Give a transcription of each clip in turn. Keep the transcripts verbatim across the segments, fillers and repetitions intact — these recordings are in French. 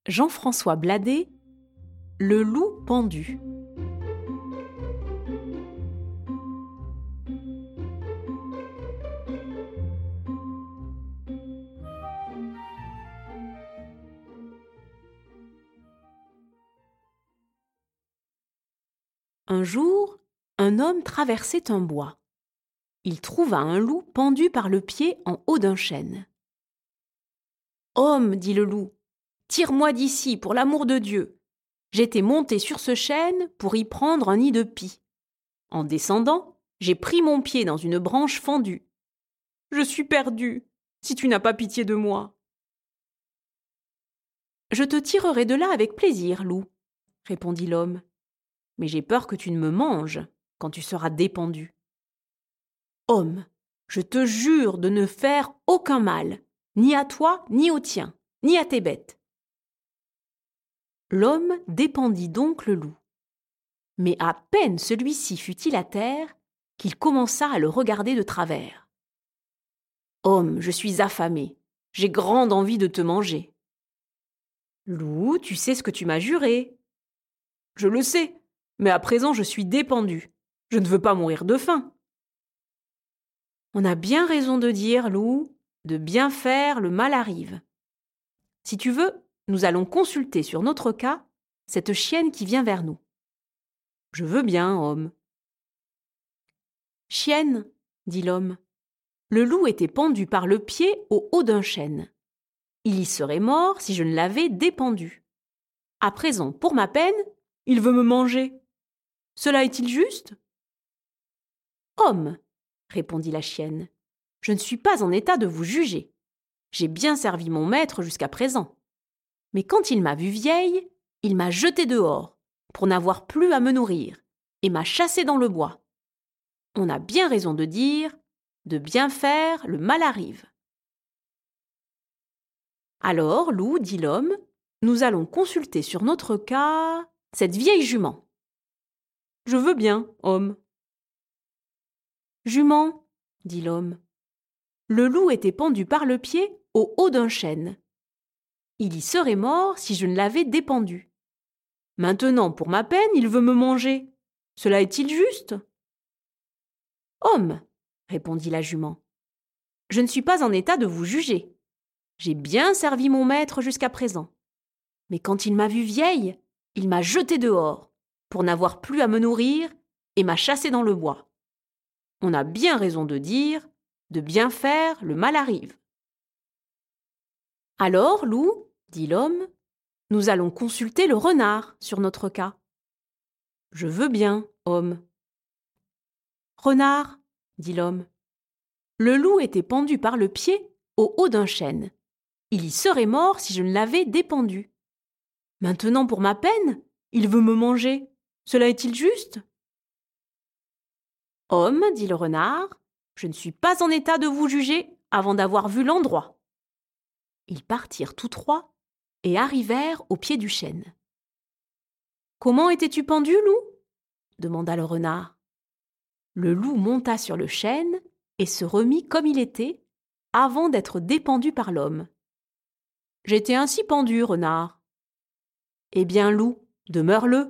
Jean-François Bladet, Le loup pendu. Un jour, un homme traversait un bois. Il trouva un loup pendu par le pied en haut d'un chêne. « Homme, dit le loup, tire-moi d'ici, pour l'amour de Dieu. J'étais monté sur ce chêne pour y prendre un nid de pie. En descendant, j'ai pris mon pied dans une branche fendue. Je suis perdu, si tu n'as pas pitié de moi. »« Je te tirerai de là avec plaisir, loup, répondit l'homme. Mais j'ai peur que tu ne me manges quand tu seras dépendu. »« Homme, je te jure de ne faire aucun mal, ni à toi, ni aux tiens, ni à tes bêtes. » L'homme dépendit donc le loup. Mais à peine celui-ci fut-il à terre qu'il commença à le regarder de travers. « Homme, je suis affamé, j'ai grande envie de te manger. »« Loup, tu sais ce que tu m'as juré. »« Je le sais, mais à présent je suis dépendu. Je ne veux pas mourir de faim. »« On a bien raison de dire, loup, de bien faire, le mal arrive. Si tu veux, nous allons consulter sur notre cas cette chienne qui vient vers nous. »« Je veux bien, homme. »« Chienne, dit l'homme, le loup était pendu par le pied au haut d'un chêne. Il y serait mort si je ne l'avais dépendu. À présent, pour ma peine, il veut me manger. Cela est-il juste ? » ?»« Homme, répondit la chienne, je ne suis pas en état de vous juger. J'ai bien servi mon maître jusqu'à présent. Mais quand il m'a vue vieille, il m'a jetée dehors, pour n'avoir plus à me nourrir, et m'a chassée dans le bois. On a bien raison de dire, de bien faire, le mal arrive. Alors, loup, dit l'homme, nous allons consulter sur notre cas cette vieille jument. Je veux bien, homme. Jument, dit l'homme, le loup était pendu par le pied au haut d'un chêne. Il y serait mort si je ne l'avais dépendu. Maintenant, pour ma peine, il veut me manger. Cela est-il juste ? Homme, répondit la jument, je ne suis pas en état de vous juger. J'ai bien servi mon maître jusqu'à présent. Mais quand il m'a vue vieille, il m'a jetée dehors, pour n'avoir plus à me nourrir, et m'a chassée dans le bois. On a bien raison de dire, de bien faire, le mal arrive. Alors, loup, dit l'homme, nous allons consulter le renard sur notre cas. Je veux bien, homme. Renard, dit l'homme, le loup était pendu par le pied au haut d'un chêne. Il y serait mort si je ne l'avais dépendu. Maintenant, pour ma peine, il veut me manger. Cela est-il juste ? Homme, dit le renard, je ne suis pas en état de vous juger avant d'avoir vu l'endroit. Ils partirent tous trois et arrivèrent au pied du chêne. « Comment étais-tu pendu, loup ?» demanda le renard. Le loup monta sur le chêne et se remit comme il était, avant d'être dépendu par l'homme. « J'étais ainsi pendu, renard. »« Eh bien, loup, demeure-le. »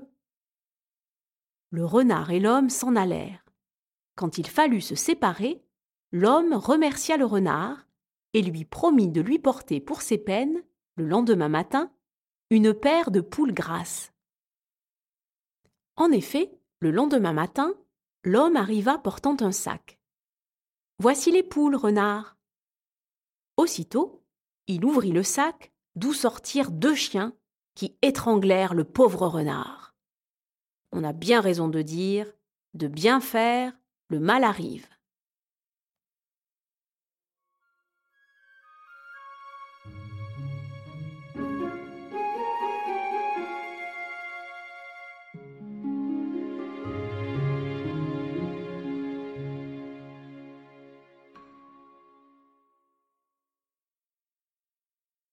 Le renard et l'homme s'en allèrent. Quand il fallut se séparer, l'homme remercia le renard et lui promit de lui porter pour ses peines, le lendemain matin, une paire de poules grasses. En effet, le lendemain matin, l'homme arriva portant un sac. « Voici les poules, renard. » Aussitôt, il ouvrit le sac, d'où sortirent deux chiens qui étranglèrent le pauvre renard. On a bien raison de dire, de bien faire, le mal arrive.